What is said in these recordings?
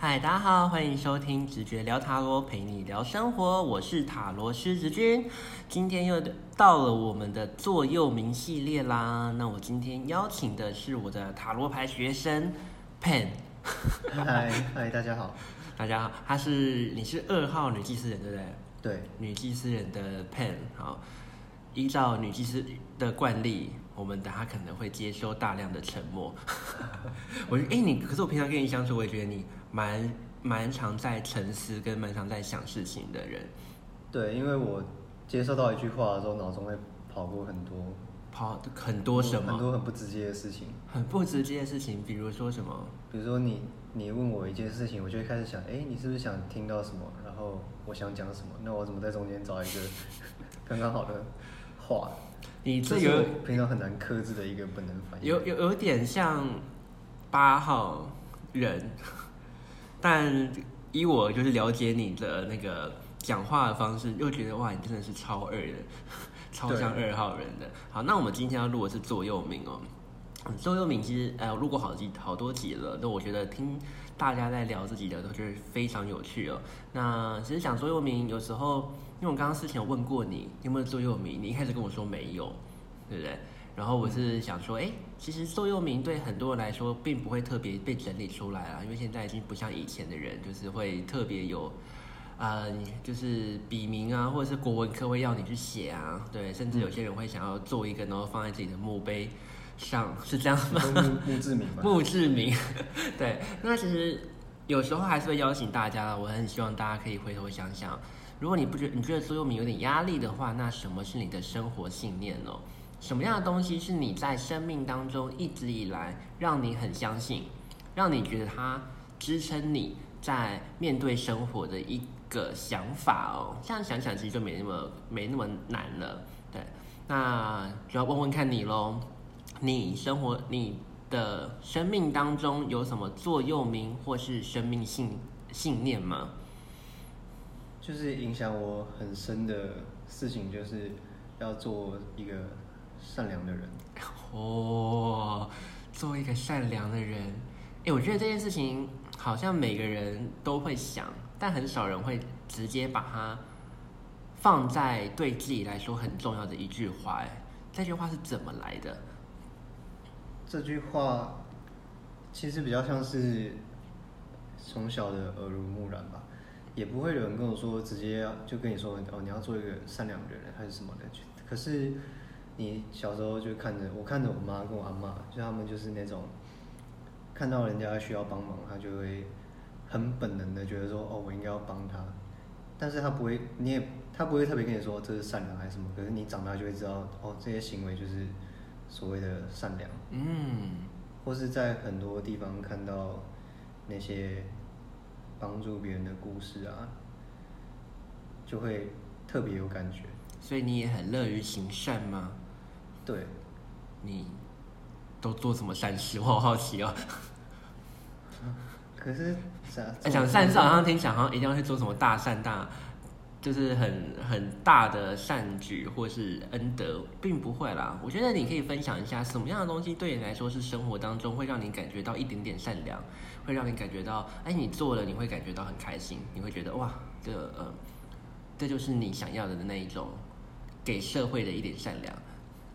嗨，大家好，欢迎收听直觉聊塔罗，陪你聊生活，我是塔罗师直君。今天又到了我们的座右铭系列啦。那我今天邀请的是我的塔罗牌学生 Pen。 嗨，大家好。 大家好，你是2号女祭司人，对不对？ 对， 女祭司人的 Pen。好，依照女祭司的惯例，我们等下可能会接收大量的沉默。可是我平常跟你相处，我也觉得你蛮常在沉思，跟蛮常在想事情的人。 对，因为我接收到一句话的时候，脑中会跑过很多什么？ 很多很不直接的事情。 很不直接的事情，比如说什么？ 比如说你问我一件事情，我就会开始想，你是不是想听到什么？然后我想讲什么？那我怎么在中间找一个刚刚好的话？这是我平常很难克制的一个本能反应。 有点像8号人，但依我就是了解你的那个讲话的方式，又觉得哇，你真的是超2的，超像2号人的。好，那我们今天要录的是座右铭哦。座右铭其实录过好多集了，那我觉得听大家在聊自己的都觉得非常有趣哦。那其实讲座右铭，有时候因为我刚刚之前有问过你有没有座右铭，你一开始跟我说没有，对不对？然后我是想说，其实座右铭对很多人来说并不会特别被整理出来啦，因为现在已经不像以前的人，就是会特别有就是笔名啊，或者是国文科会要你去写啊，对，甚至有些人会想要做一个，然后放在自己的墓碑上，是这样吗？ 墓志铭吧。 墓志铭，对。那其实有时候还是会邀请大家，我很希望大家可以回头想想，如果你觉得座右铭有点压力的话，那什么是你的生活信念呢？什么样的东西是你在生命当中一直以来让你很相信，让你觉得它支撑你在面对生活的一个想法哦？这样想想其实就没那么难了，对。那就要问问看你咯，你的生命当中有什么座右铭或是生命信念吗？ 就是影响我很深的事情，就是要做一个善良的人。 做一个善良的人。我觉得这件事情好像每个人都会想，但很少人会直接把它放在对自己来说很重要的一句话。这句话是怎么来的？ 这句话其实比较像是从小的耳濡目染吧，也不会有人跟我说直接就跟你说你要做一个善良的人还是什么的。可是你小时候就看着我妈跟我阿嬷，就他们就是那种看到人家需要帮忙，他就会很本能的觉得说我应该要帮他，但是他不会特别跟你说这是善良还是什么，可是你长大就会知道这些行为就是所谓的善良。或是在很多地方看到那些帮助别人的故事啊，就会特别有感觉。 所以你也很乐于行善吗？ 对。 你都做什么善事？我好好奇哦。 可是讲善事好像听起来好像一定要去做什么大善就是很大的善举或是恩德，并不会啦。我觉得你可以分享一下什么样的东西对你来说是生活当中会让你感觉到一点点善良，会让你感觉到你做了你会感觉到很开心，你会觉得哇，这就是你想要的那一种给社会的一点善良。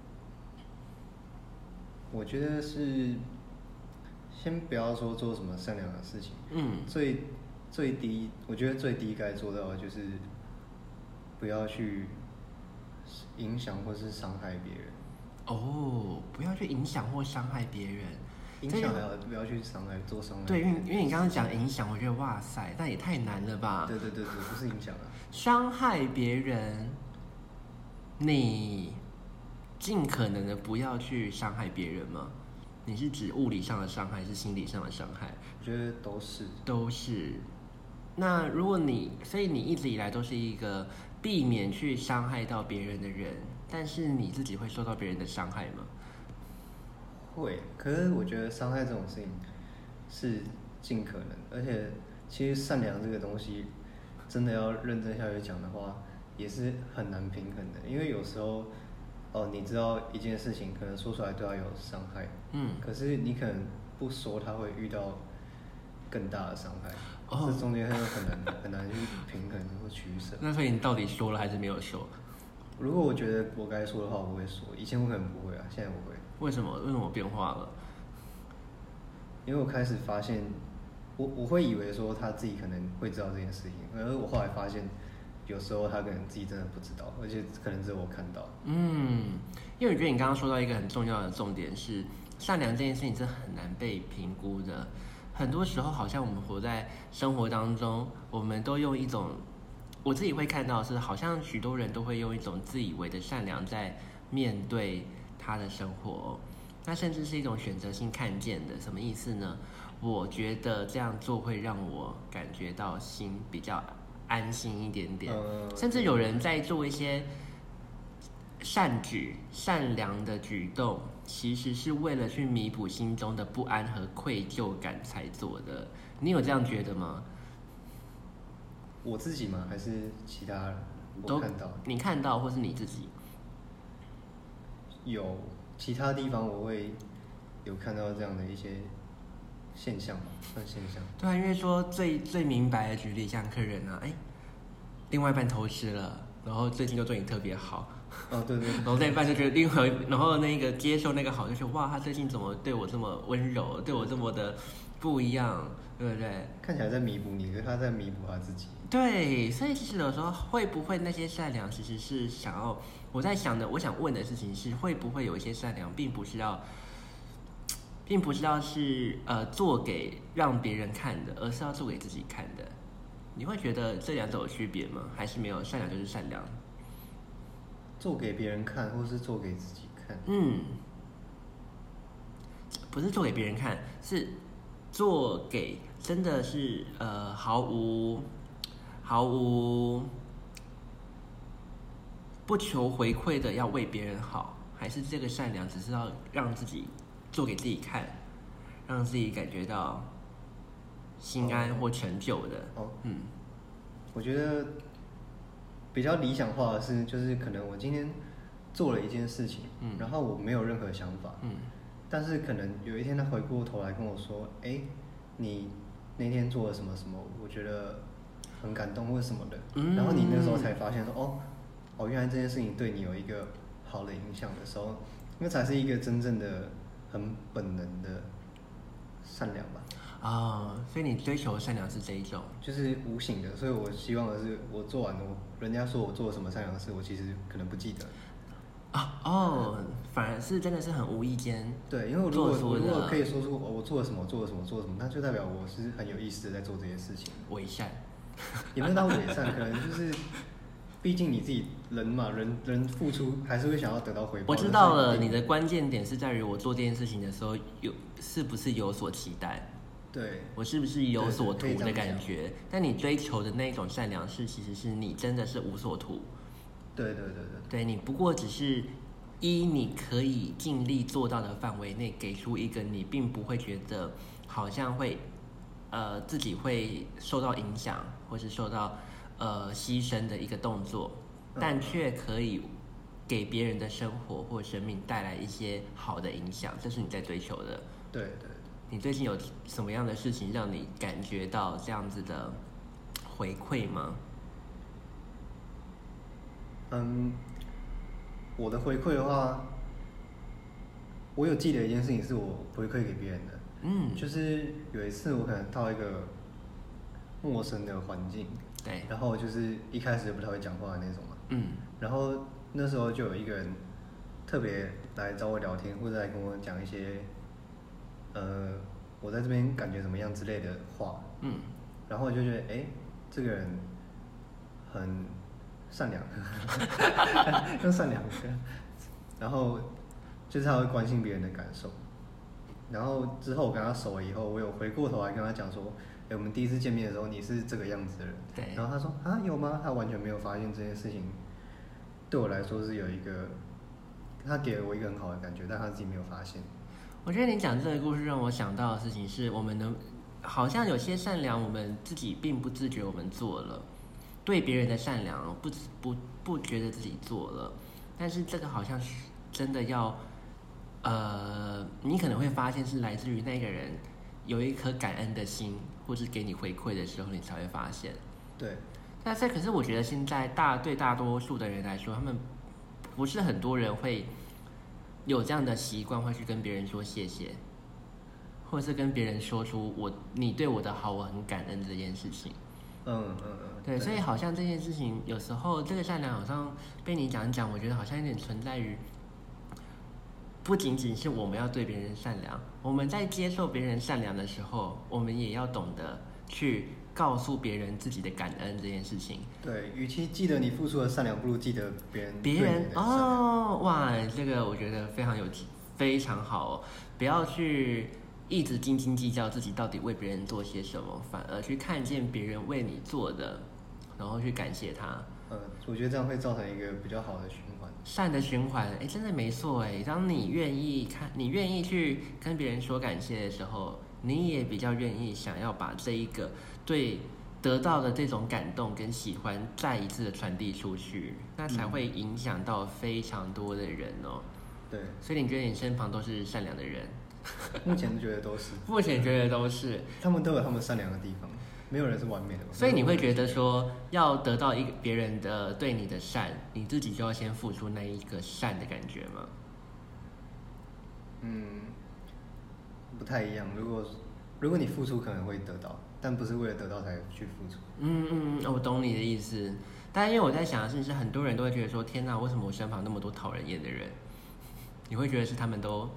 我觉得是先不要说做什么善良的事情，最低我觉得最低该做到的就是不要去影响或是伤害别人。 不要去影响或伤害别人。 影响还好，不要去伤害。 对，因为你刚刚讲影响，我觉得哇塞，那也太难了吧。 对，不是影响啊。 伤害别人，你尽可能的不要去伤害别人吗？你是指物理上的伤害，还是心理上的伤害？ 我觉得都是。 那所以你一直以来都是一个避免去伤害到别人的人，但是你自己会受到别人的伤害吗？ 会，可是我觉得伤害这种事情是尽可能，而且其实善良这个东西，真的要认真下去讲的话，也是很难平衡的。因为有时候，你知道一件事情可能说出来对他有伤害，可是你可能不说，他会遇到更大的伤害。 哦， 这中间很难去平衡或取舍。 那所以你到底说了还是没有说？ 如果我觉得我该说的话，我会说。以前我可能不会啊，现在我会。 为什么？为什么变化了？ 因为我开始发现，我会以为说他自己可能会知道这件事情，而我后来发现，有时候他可能自己真的不知道，而且可能只有我看到。 因为我觉得你刚刚说到一个很重要的重点是，善良这件事情是很难被评估的。很多时候，好像我们活在生活当中，我们都用一种，我自己会看到的是，好像许多人都会用一种自以为的善良在面对他的生活，那甚至是一种选择性看见的。什么意思呢？我觉得这样做会让我感觉到心比较安心一点点，甚至有人在做一些善良的举动，其实是为了去弥补心中的不安和愧疚感才做的。你有这样觉得吗？ 我自己吗？还是其他人？ 都我看到， 你看到或是你自己？ 有其他地方我会有看到这样的一些现象吧，算现象。 对啊，因为说最明白的举例，像客人啊，另外一半偷吃了，然后最近就对你特别好。 哦，对对。 然后另一半就觉得然后那个接受那个好，就觉得哇，他最近怎么对我这么温柔，对我这么的不一样，对不对？ 看起来在弥补你，可是他在弥补他自己。 对，所以其实有时候会不会那些善良，其实是想要我在想的，我想问的事情是，会不会有一些善良，并不是要是做给让别人看的，而是要做给自己看的。你会觉得这两种有区别吗？还是没有？善良就是善良。 做给别人看，或是做给自己看。 不是做给别人看，是做给真的是毫无不求回馈的要为别人好，还是这个善良只是要让自己做给自己看，让自己感觉到心安或成就的。 我觉得比较理想化的是，就是可能我今天做了一件事情，然后我没有任何想法，但是可能有一天他回过头来跟我说，你那天做了什么什么，我觉得很感动或什么的，然后你那时候才发现说，原来这件事情对你有一个好的影响的时候，那才是一个真正的很本能的善良吧。 所以你追求的善良是这一种， 就是无形的，所以我希望的是，我做完了，人家说我做了什么善良的事，我其实可能不记得。 反而是真的是很无意间。 对，因为我如果可以说出我做了什么，那就代表我是很有意识的在做这些事情。 伪善， 也没有到伪善，可能就是，毕竟你自己人嘛，人付出还是会想要得到回报。 我知道了，你的关键点是在于我做这件事情的时候是不是有所期待。 对， 我是不是有所图的感觉？但你追求的那种善良其实是你真的是无所图。 对， 你不过只是你可以尽力做到的范围内，给出一个你并不会觉得好像会自己会受到影响或是受到牺牲的一个动作，但却可以给别人的生活或生命带来一些好的影响，这是你在追求的。 对。 你最近有什么样的事情让你感觉到这样子的回馈吗？ 我的回馈的话，我有记得一件事情是我回馈给别人的，就是有一次我可能到一个陌生的环境， 对， 然后就是一开始就不太会讲话的那种嘛，然后那时候就有一个人特别来找我聊天，或者来跟我讲一些我在这边感觉怎么样之类的话，然后我就觉得这个人很善良，用善良，然后就是他会关心别人的感受，然后之后我跟他熟了以后，我有回过头来跟他讲说，我们第一次见面的时候你是这个样子的人， 对， 然后他说有吗？他完全没有发现这件事情对我来说是有一个，他给了我一个很好的感觉，但他自己没有发现。 我觉得你讲这个故事让我想到的事情是，我们好像有些善良，我们自己并不自觉我们做了，对别人的善良不觉得自己做了，但是这个好像是真的要，你可能会发现是来自于那个人有一颗感恩的心，或是给你回馈的时候，你才会发现。 对。 但是可是我觉得现在对大多数的人来说，他们不是很多人会有这样的习惯，会去跟别人说谢谢，或者是跟别人说出你对我的好，我很感恩这件事情。对，所以好像这件事情有时候这个善良好像被你讲讲，我觉得好像有点存在于，不仅仅是我们要对别人善良，我们在接受别人善良的时候，我们也要懂得去告诉别人自己的感恩这件事情。 对，与其记得你付出的善良，不如记得别人哦，哇，这个我觉得非常好哦，不要去一直斤斤计较自己到底为别人做些什么，反而去看见别人为你做的，然后去感谢他。 我觉得这样会造成一个比较好的循环， 善的循环。哎，真的没错哎。当你愿意去跟别人说感谢的时候，你也比较愿意想要把这一个对得到的这种感动跟喜欢再一次的传递出去，那才会影响到非常多的人哦。 对， 所以你觉得你身旁都是善良的人？ 目前觉得都是。 目前觉得都是。 他们都有他们善良的地方，没有人是完美的。 所以你会觉得说，要得到别人的对你的善，你自己就要先付出那一个善的感觉吗？ 不太一样。如果你付出可能会得到，但不是为了得到才去付出。 我懂你的意思。但因为我在想的是很多人都会觉得说，天哪，为什么我身旁那么多讨人厌的人？你会觉得是他们都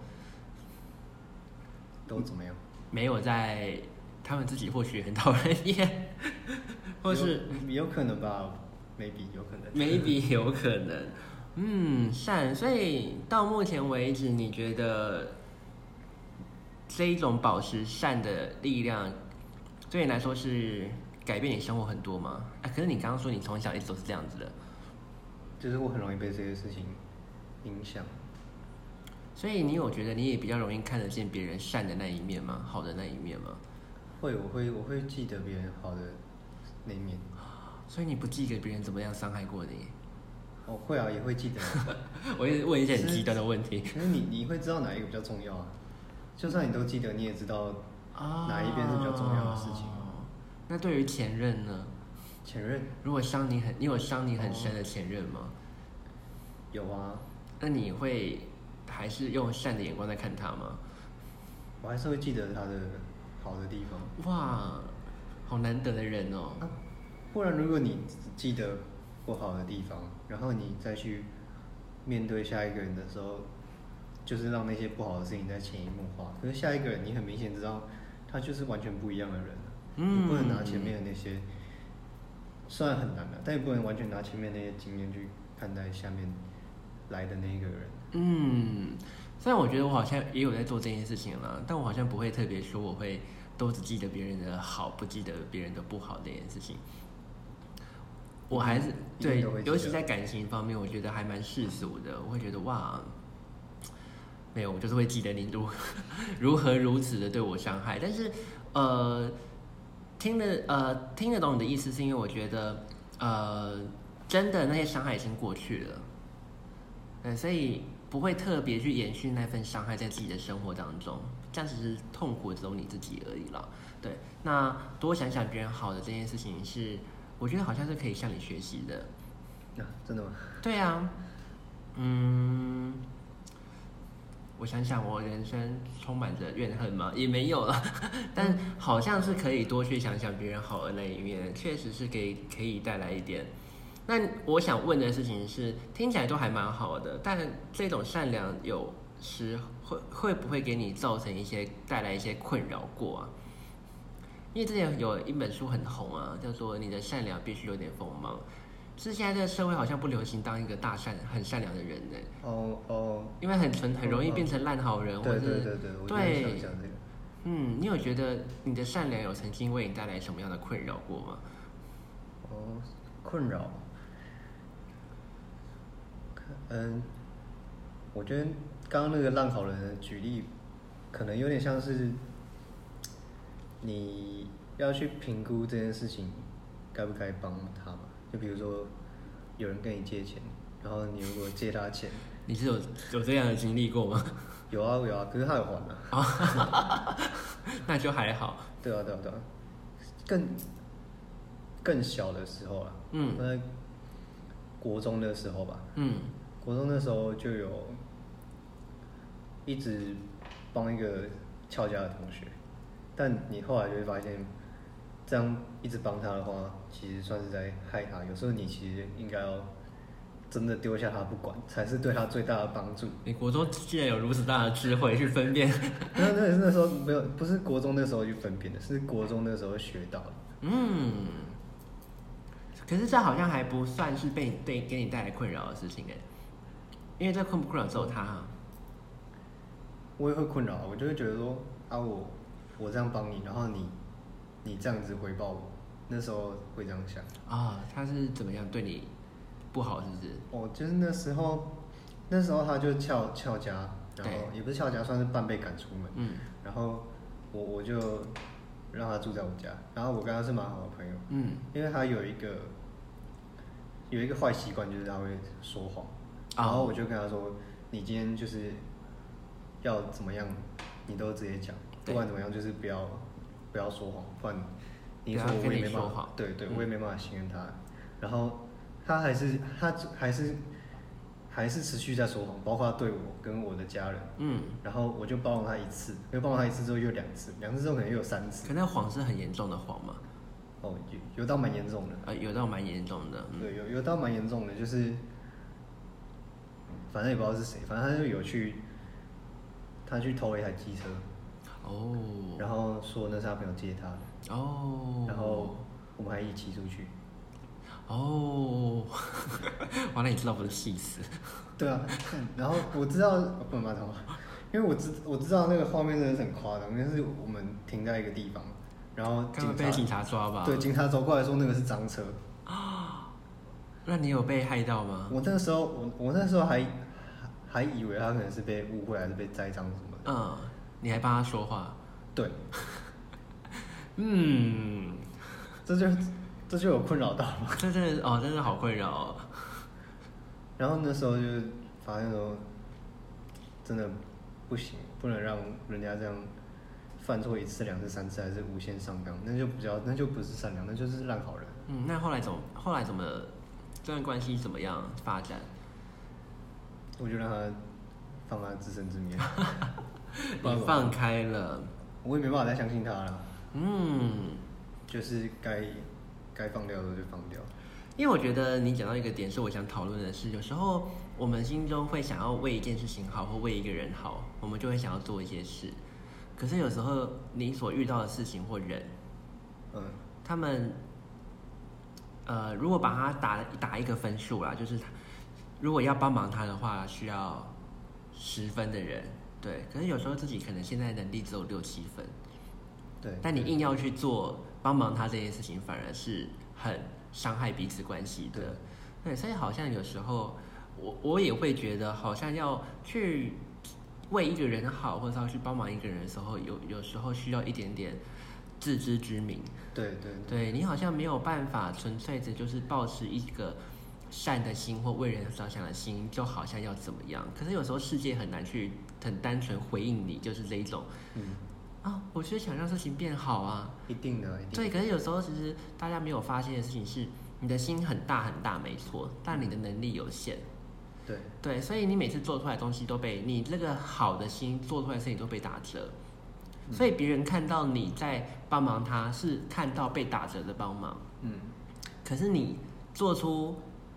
怎么样？ 没有在，他们自己或许很讨人厌，或是有可能吧 ，maybe 有可能 ，maybe 有可能。善。所以到目前为止，你觉得这一种保持善的力量，对你来说是改变你生活很多吗？可是你刚刚说你从小一直都是这样子的， 就是我很容易被这些事情影响。 所以你有觉得你也比较容易看得见别人善的那一面吗？好的那一面吗？ 我会记得别人好的那一面。 所以你不记得别人怎么样伤害过你？ 会啊，也会记得。 我也问一些很极端的问题。 因为你会知道哪一个比较重要啊？就算你都记得，你也知道哪一边是比较重要的事情。 那对于前任呢？ 前任， 如果你有伤你很深的前任吗？ 有啊。 那你会还是用善的眼光在看他吗？ 我还是会记得他的好的地方。 哇，好难得的人哦。 不然如果你只记得不好的地方，然后你再去面对下一个人的时候，就是让那些不好的事情在潜移默化。可是下一个人，你很明显知道他就是完全不一样的人。你不能拿前面的那些，虽然很难的，但也不能完全拿前面那些经验去看待下面来的那个人。 虽然我觉得我好像也有在做这件事情了，但我好像不会特别说我会都只记得别人的好，不记得别人的不好这件事情。我还是对，尤其在感情方面，我觉得还蛮世俗的。我会觉得哇，没有，我就是会记得你如何如此的对我伤害。但是听得懂你的意思，是因为我觉得真的那些伤害已经过去了，所以不会特别去延续那份伤害在自己的生活当中，这样只是痛苦只有你自己而已啦。对，那多想想别人好的这件事情是，我觉得好像是可以向你学习的。 真的吗？ 对啊，我想想，我人生充满着怨恨吗？也没有了，但好像是可以多去想想别人好的那一面，确实是可以带来一点。那我想问的事情是，听起来都还蛮好的，但这种善良有时会不会给你带来一些困扰过啊？因为之前有一本书很红啊，叫做《你的善良必须有点锋芒》。是现在这个社会好像不流行当一个很善良的人呢。因为很容易变成烂好人，或者对，我就想讲这个。 你有觉得你的善良有曾经为你带来什么样的困扰过吗？ 困扰。我觉得刚刚那个烂好人的举例，可能有点像是你要去评估这件事情该不该帮他嘛。就比如说有人跟你借钱， 然后你如果借他钱， 你是有这样的经历过吗？ 有啊，可是他有还啊。 那就还好。 对啊，更小的时候啊，在国中的时候吧，国中的时候就有一直帮一个翘家的同学，但你后来就会发现，这样一直帮他的话，其实算是在害他。有时候你其实应该要真的丢下他不管，才是对他最大的帮助。 你国中竟然有如此大的智慧去分辨？ 那时候没有，不是国中那时候去分辨的，是国中那时候学到的。 可是这好像还不算是给你带来困扰的事情哎，因为这困不困扰只有他。 我也会困扰，我就会觉得说啊，我这样帮你，然后你这样子回报我，那时候会这样想。 他是怎么样对你不好，是不是？ 就是那时候他就翘家，然后也不是翘家，算是半被赶出门。然后我就让他住在我家，然后我跟他是蛮好的朋友。因为他有一个坏习惯，就是他会说谎。然后我就跟他说，你今天就是要怎么样，你都直接讲，不管怎么样，就是不要说谎，不然你说我也没办法，对，我也没办法信任他。然后他还是持续在说谎，包括对我跟我的家人。然后我就包容他一次，因为包容他一次之后又2次，之后可能又有3次。 可那谎是很严重的谎吗？ 有到蛮严重的。 有到蛮严重的。 对，有到蛮严重的，就是反正也不知道是谁，反正他就有他去偷了一台机车。然后说那是他朋友借他的。然后我们还一起出去。 哇，那你知道不是气死？ 对啊，然后我知道不能骂他话，因为我知道那个画面真的是很夸张，就是我们停在一个地方，然后被警察抓吧？ 对，警察走过来说那个是赃车。 那你有被害到吗？ 我那时候还以为他可能是被误会还是被栽赃什么的。 你还帮他说话？ 对。这就有困扰到了。 这真的好困扰哦。 然后那时候就发现说，真的不行，不能让人家这样犯错1次、2次、3次，还是无限上纲，那就不是善良，那就是烂好人。 那后来怎么这段关系怎么样发展？ 我就让他放他自生自灭。 你放开了， 我也没办法再相信他了。就是该放掉的就放掉。 因为我觉得你讲到一个点，是我想讨论的是，有时候我们心中会想要为一件事情好，或为一个人好，我们就会想要做一些事。可是有时候你所遇到的事情或人，他们，如果把他打一个分数啦，就是如果要帮忙他的话，需要10分的人，对。可是有时候自己可能现在能力只有6、7分， 对。 但你硬要去做帮忙他这件事情，反而是很伤害彼此关系的。对，所以好像有时候我也会觉得，好像要去为一个人好，或者要去帮忙一个人的时候，有时候需要一点点自知之明。对，你好像没有办法纯粹的就是抱持一个善的心或为人着想的心，就好像要怎么样。可是有时候世界很难去很单纯回应你，就是这一种。我就是想让事情变好啊。 一定的。 对，可是有时候其实大家没有发现的事情是，你的心很大很大，没错，但你的能力有限。对，所以你每次做出来的东西都被你那个好的心做出来的事情都被打折。所以别人看到你在帮忙他，是看到被打折的帮忙。可是你做出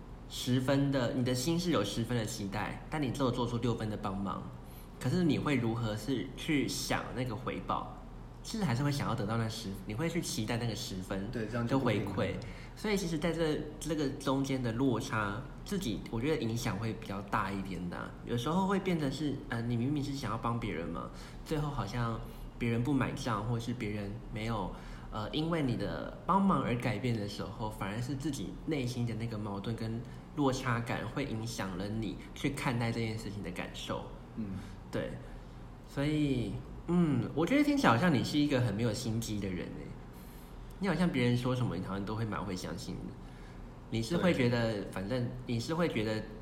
10分的，你的心是有10分的期待，但你只有做出6分的帮忙。可是你会如何是去想那个回报？其实还是会想要得到你会去期待那个10分， 对，这样就回馈。所以其实在这个中间的落差，自己我觉得影响会比较大一点的。有时候会变成是，你明明是想要帮别人嘛，最后好像别人不买账，或是别人没有因为你的帮忙而改变的时候，反而是自己内心的那个矛盾跟落差感，会影响了你去看待这件事情的感受。对，所以我觉得听起来好像你是一个很没有心机的人耶。你好像别人说什么，你好像都会蛮会相信的。你是会觉得，反正你是会觉得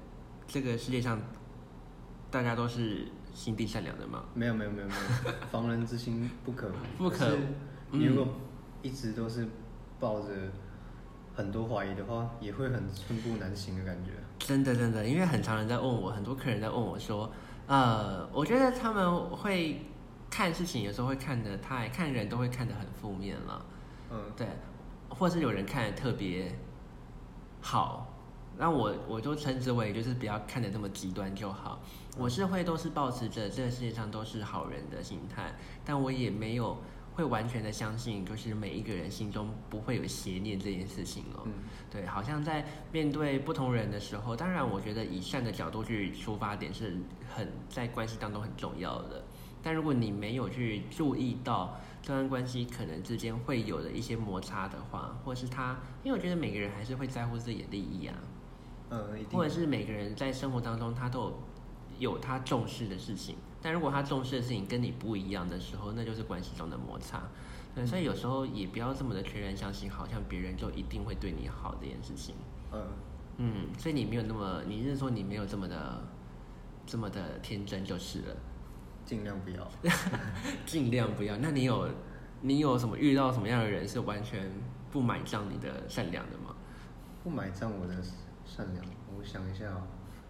这个世界上大家都是心地善良的吗？ 没有，防人之心不可无。 不可。 是你如果一直都是抱着很多怀疑的话，也会很寸步难行的感觉。 真的，因为很常人在问我，很多客人在问我说，我觉得他们会看事情，有时候会看人都会看得很负面了，对，或是有人看得特别好，那我就称之为就是不要看得那么极端就好。我是都是抱持着这个世界上都是好人的心态，但我也没有会完全的相信，就是每一个人心中不会有邪念这件事情哦。对，好像在面对不同人的时候，当然我觉得以善的角度去出发点是在关系当中很重要的。但如果你没有去注意到这段关系可能之间会有的一些摩擦的话，或是因为我觉得每个人还是会在乎自己的利益啊，或者是每个人在生活当中他都有他重视的事情，但如果他重视的事情跟你不一样的时候，那就是关系中的摩擦。对，所以有时候也不要这么的全然相信，好像别人就一定会对你好这件事情。所以你没有你是说你没有这么的天真就是了。 尽量不要， 尽量不要。那你有什么遇到什么样的人是完全不买账你的善良的吗？ 不买账我的善良，我想一下哦。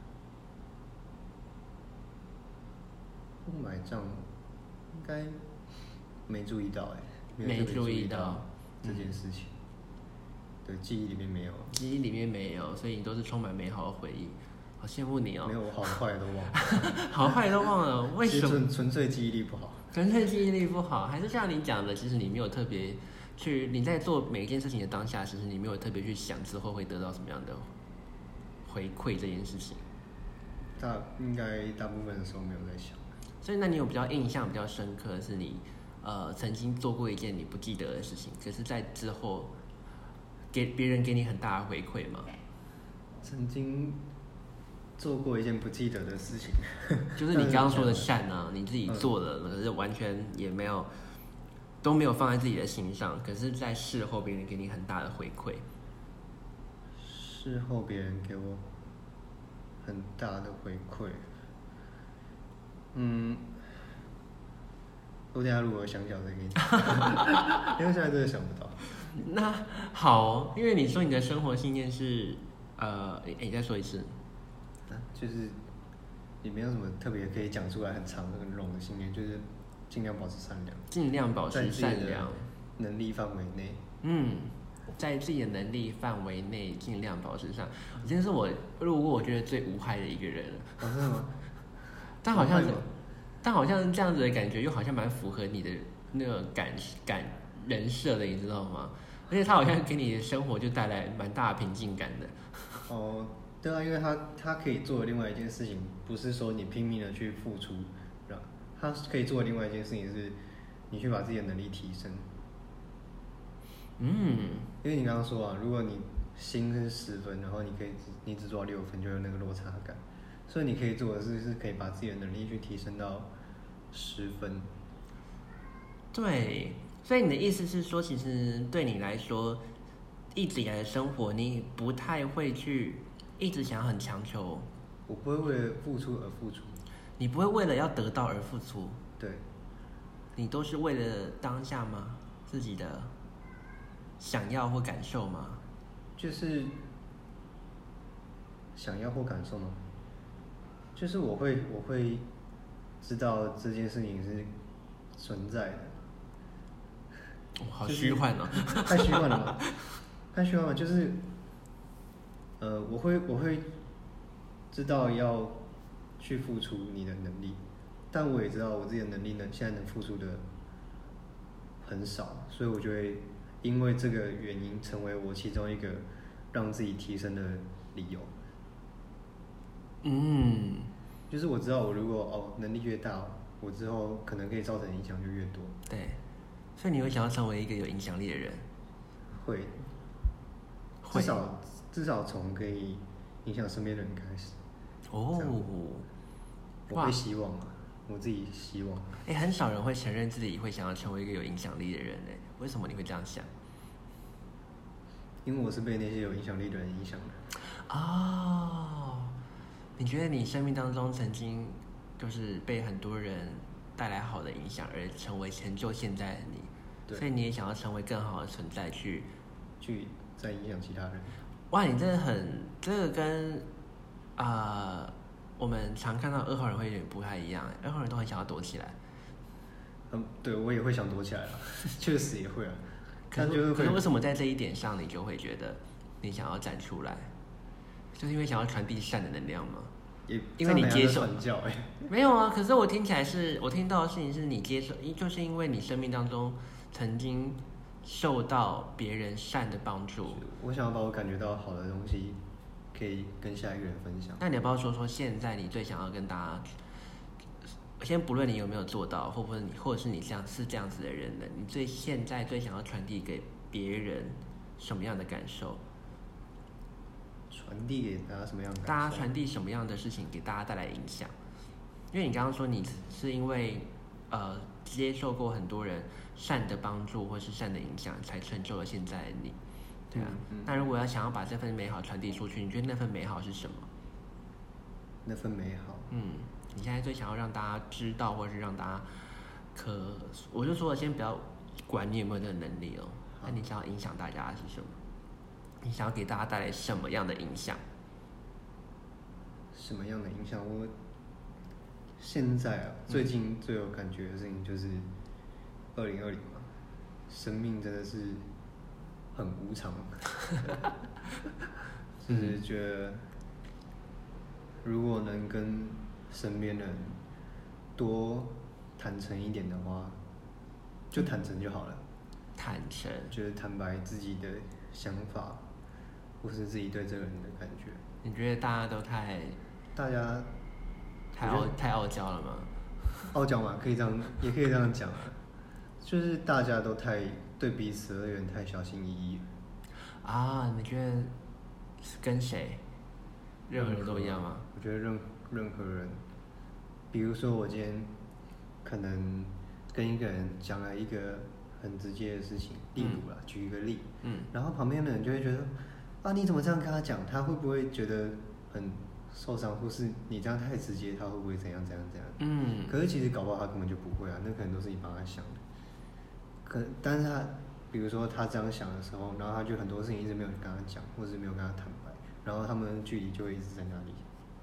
不买账，应该没注意到没注意到这件事情。对，记忆里面没有。 记忆里面没有，所以你都是充满美好的回忆。好羡慕你哦！ 没有，我好坏都忘了。 好坏都忘了，为什么？ 纯粹记忆力不好。 纯粹记忆力不好，还是像你讲的，其实你没有特别你在做每一件事情的当下，其实你没有特别去想之后会得到什么样的回馈这件事情。 应该大部分的时候没有在想。 所以，那你有比较印象比较深刻的是你曾经做过一件你不记得的事情，可是在之后别人给你很大的回馈吗？ 曾经做过一件不记得的事情， 就是你刚刚说的善啊，你自己做了，可是完全也都没有放在自己的心上，可是在事后别人给你很大的回馈。 事后别人给我很大的回馈，我等一下如果想起来再给你讲，因为现在真的想不到。 那好，因为你说你的生活信念是你再说一次。 就是也没有什么特别可以讲出来很长很冗的信念，就是尽量保持善良， 尽量保持善良， 能力范围内。 在自己的能力范围内尽量保持善良。真是如果我觉得最无害的一个人了。 真的吗？ 但好像这样子的感觉又好像蛮符合你的那个感人设的，你知道吗？而且他好像给你的生活就带来蛮大的平静感的。 对啊，因为他可以做的另外一件事情，不是说你拼命的去付出，他可以做的另外一件事情是，你去把自己的能力提升。因为你刚刚说啊，如果你心是10分，然后你只做到6分，就有那个落差感，所以你可以做的是可以把自己的能力去提升到10分。 对，所以你的意思是说，其实对你来说，一直以来的生活，你不太会去一直想要很强求。 我不会为了付出而付出。 你不会为了要得到而付出。 对。 你都是为了当下吗？自己的想要或感受吗？ 就是想要或感受吗？就是我会知道这件事情是存在的。 好虚幻哦！ 太虚幻了吗？太虚幻了，就是我会知道要去付出你的能力，但我也知道我自己的能力现在能付出的很少，所以我就会因为这个原因成为我其中一个让自己提升的理由。就是我知道我如果能力越大，我之后可能可以造成影响就越多。 对，所以你会想要成为一个有影响力的人？ 会，至少从可以影响身边的人开始。我会希望啊，我自己希望。 很少人会承认自己会想要成为一个有影响力的人为什么你会这样想？ 因为我是被那些有影响力的人影响的。 你觉得你生命当中曾经就是被很多人带来好的影响，而成就现在的你， 对， 所以你也想要成为更好的存在去再影响其他人。 哇，你真的这个跟我们常看到2号人会有点不太一样，2号人都很想要躲起来。 对，我也会想躲起来了，确实也会啊。 可是为什么在这一点上，你就会觉得你想要站出来，就是因为想要传递善的能量吗？因为你接受传教没有啊？可是我听到的事情是你接受，就是因为你生命当中曾经受到别人善的帮助， 我想要把我感觉到好的东西可以跟下一个人分享。 那你要不要说现在你最想要跟大家？先不论你有没有做到，或者是你这样子的人呢？你现在最想要传递给别人什么样的感受？ 传递给大家什么样的感受？ 大家传递什么样的事情给大家带来影响？因为你刚刚说你是因为接受过很多人善的帮助或是善的影响，才成就了现在的你，对啊。那如果想要把这份美好传递出去，你觉得那份美好是什么？ 那份美好， 你现在最想要让大家知道，或是让大家我就说了，先不要管你有没有这个能力哦。那你想要影响大家的是什么？你想要给大家带来什么样的影响？ 什么样的影响？我现在最近最有感觉的事情就是2020嘛，生命真的是很无常，就是觉得如果能跟身边人多坦诚一点的话，就坦诚就好了。 坦诚， 就是坦白自己的想法，或是自己对这个人的感觉。 你觉得大家都太傲娇了吗？ 傲娇嘛，也可以这样讲啊。就是大家都对彼此而言太小心翼翼啊。你觉得跟谁？任何人都一样吗？ 我觉得任何人，比如说我今天可能跟一个人讲了一个很直接的事情，例如啦，举一个例，然后旁边的人就会觉得啊，你怎么这样跟他讲？他会不会觉得很受伤，或是你这样太直接，他会不会怎样？可是其实搞不好他根本就不会啊，那可能都是你帮他想的。但是他比如说他这样想的时候，然后他就很多事情一直没有跟他讲，或是没有跟他坦白，然后他们的距离就会一直在那里，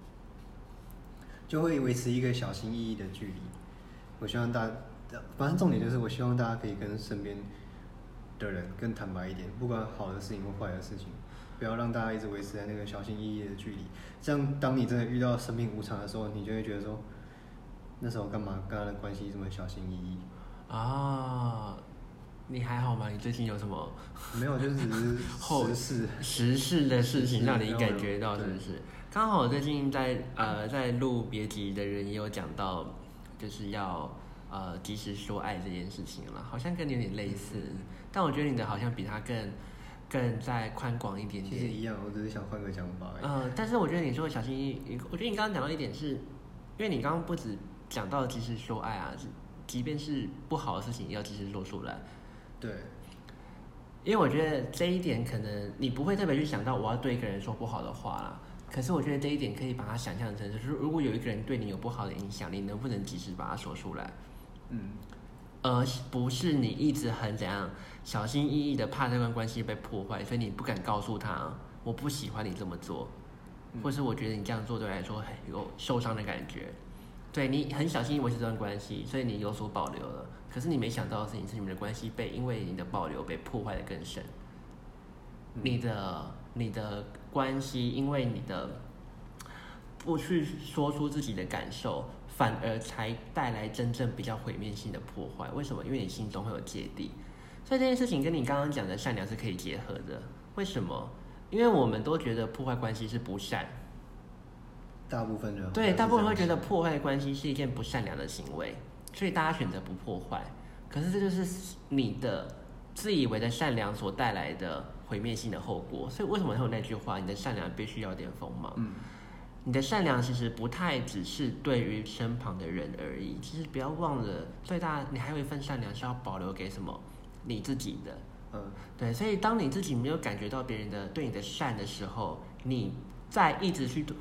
就会维持一个小心翼翼的距离。我希望反正重点就是我希望大家可以跟身边的人更坦白一点，不管好的事情或坏的事情，不要让大家一直维持在那个小心翼翼的距离。这样，当你真的遇到生命无常的时候，你就会觉得说，那时候干嘛跟他的关系这么小心翼翼啊？你还好吗？你最近有什么？ 没有，就只是时事的事情让你感觉到，是不是？刚好最近在录别集的人也有讲到，就是要及时说爱这件事情了，好像跟你有点类似，但我觉得你的好像比他更再宽广一点点。 其实一样，我只是想换个讲法而已。 但是我觉得你说的小心翼翼，我觉得你刚刚讲到一点是，因为你刚刚不止讲到及时说爱啊，即便是不好的事情也要及时说出来。 对， 因为我觉得这一点可能你不会特别去想到我要对一个人说不好的话啦。可是我觉得这一点可以把它想象成，就是如果有一个人对你有不好的影响，你能不能及时把它说出来？而不是你一直很怎样小心翼翼的怕这段关系被破坏，所以你不敢告诉他我不喜欢你这么做，或是我觉得你这样做对我来说有受伤的感觉。对，你很小心翼翼维持这段关系，所以你有所保留了。可是你没想到的事情是，你们的关系因为你的保留被破坏的更深。你的关系因为你的不去说出自己的感受，反而才带来真正比较毁灭性的破坏。为什么？因为你心中会有芥蒂。所以这件事情跟你刚刚讲的善良是可以结合的。为什么？因为我们都觉得破坏关系是不善。 大部分人对，大部分人会觉得破坏关系是一件不善良的行为，所以大家选择不破坏。可是这就是你的自以为的善良所带来的毁灭性的后果。所以为什么会有那句话，你的善良必须要有点锋芒？你的善良其实不太只是对于身旁的人而已，其实不要忘了，最大你还有一份善良是要保留给什么？你自己的。对，所以当你自己没有感觉到别人的对你的善的时候，你在一直去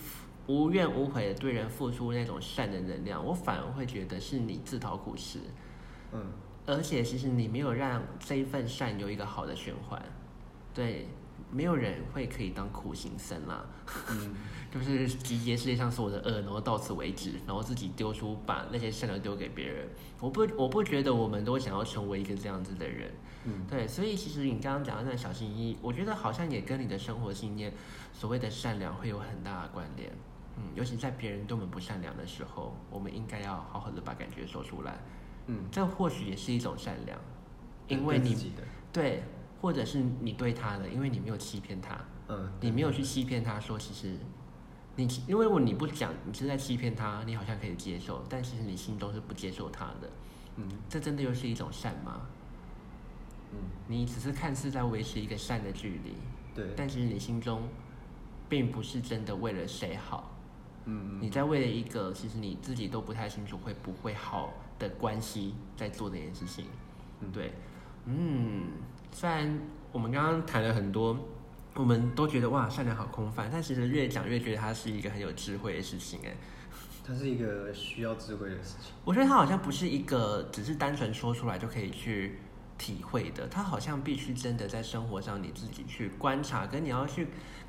无怨无悔的对人付出那种善的能量，我反而会觉得是你自讨苦吃。而且其实你没有让这一份善有一个好的循环，对，没有人会可以当苦行僧啦。就是集结世界上所有的恶，然后到此为止，然后自己丢出把那些善良丢给别人。我不觉得我们都想要成为一个这样子的人。对，所以其实你刚刚讲的那个小心翼翼，我觉得好像也跟你的生活信念，所谓的善良会有很大的关联。尤其在别人对我们不善良的时候，我们应该要好好的把感觉说出来。这或许也是一种善良，因为你对，或者是你对他的，因为你没有欺骗他。你没有去欺骗他说，其实因为你不讲，你是在欺骗他，你好像可以接受，但其实你心中是不接受他的。这真的又是一种善吗？你只是看似在维持一个善的距离， 对， 但其实你心中并不是真的为了谁好。你在为了一个其实你自己都不太清楚会不会好的关系在做这件事情。对，虽然我们刚刚谈了很多，我们都觉得哇善良好空泛，但其实越讲越觉得它是一个很有智慧的事情。 它是一个需要智慧的事情。 我觉得它好像不是一个只是单纯说出来就可以去体会的，它好像必须真的在生活上你自己去观察，跟你要去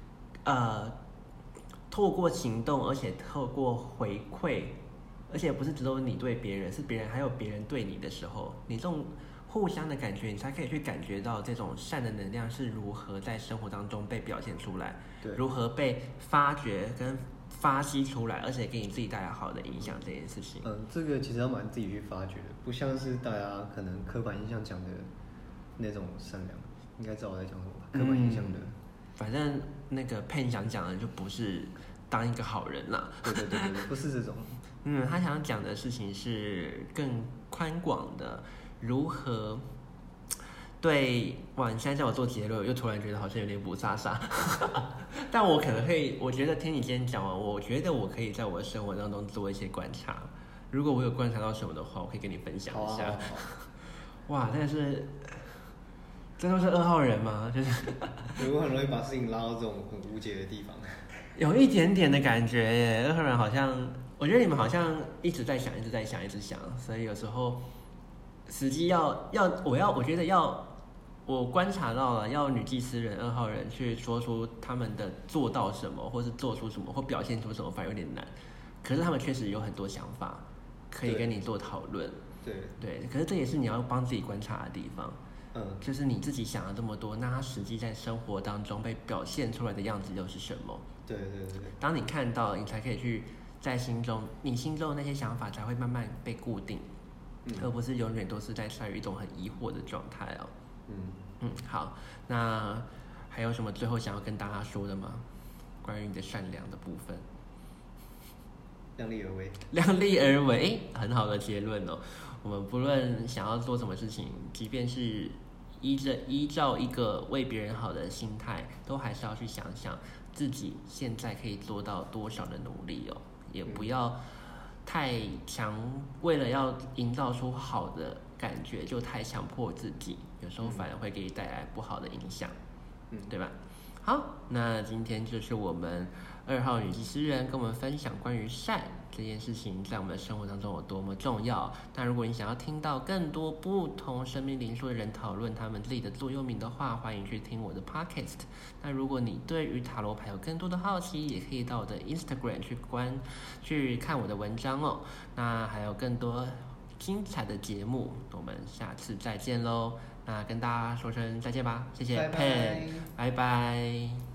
透过行动，而且透过回馈，而且不是只有你对别人，是别人还有别人对你的时候，你这种互相的感觉，你才可以去感觉到这种善的能量是如何在生活当中被表现出来，如何被发掘跟发挥出来，而且给你自己带来好的影响这件事情。 这个其实要蛮自己去发掘的，不像是大家可能刻板印象讲的那种善良，应该知道我在讲什么吧？刻板印象的。 反正那个Pen想讲的就不是当一个好人啦。 对，不是这种。 他想讲的事情是更宽广的，如何对哇？你现在叫我做结论，又突然觉得好像有点不飒飒。但我可能会，我觉得听你今天讲完，我觉得我可以在我的生活当中做一些观察。如果我有观察到什么的话，我可以跟你分享一下。哇，但是这都是2号人吗？就是我很容易把事情拉到这种很无解的地方。 有一点点的感觉耶，2号人好像，我觉得你们好像一直在想，所以有时候时机我觉得我观察到了，要女祭司人2号人去说出他们的做到什么，或是做出什么，或表现出什么，反而有点难。可是他们确实有很多想法，可以跟你做讨论。对，可是这也是你要帮自己观察的地方。就是你自己想了这么多，那他实际在生活当中被表现出来的样子又是什么？ 对。 当你看到，你才可以去在你心中的那些想法才会慢慢被固定，而不是永远都是在于一种很疑惑的状态哦。好，那还有什么最后想要跟大家说的吗？关于你的善良的部分？ 量力而为。 量力而为，很好的结论哦。我们不论想要做什么事情，即便是依照一个为别人好的心态，都还是要去想想自己现在可以做到多少的努力哦，也不要太强，为了要营造出好的感觉就太强迫自己，有时候反而会给你带来不好的影响，对吧？好，那今天就是我们2号女祭司人跟我们分享关于善这件事情在我们的生活当中有多么重要。那如果你想要听到更多不同生命灵数的人讨论他们自己的座右铭的话，欢迎去听我的 podcast。那如果你对于塔罗牌有更多的好奇，也可以到我的 Instagram 去看我的文章哦。那还有更多精彩的节目，我们下次再见喽。那跟大家说声再见吧，谢谢 Pen，拜拜。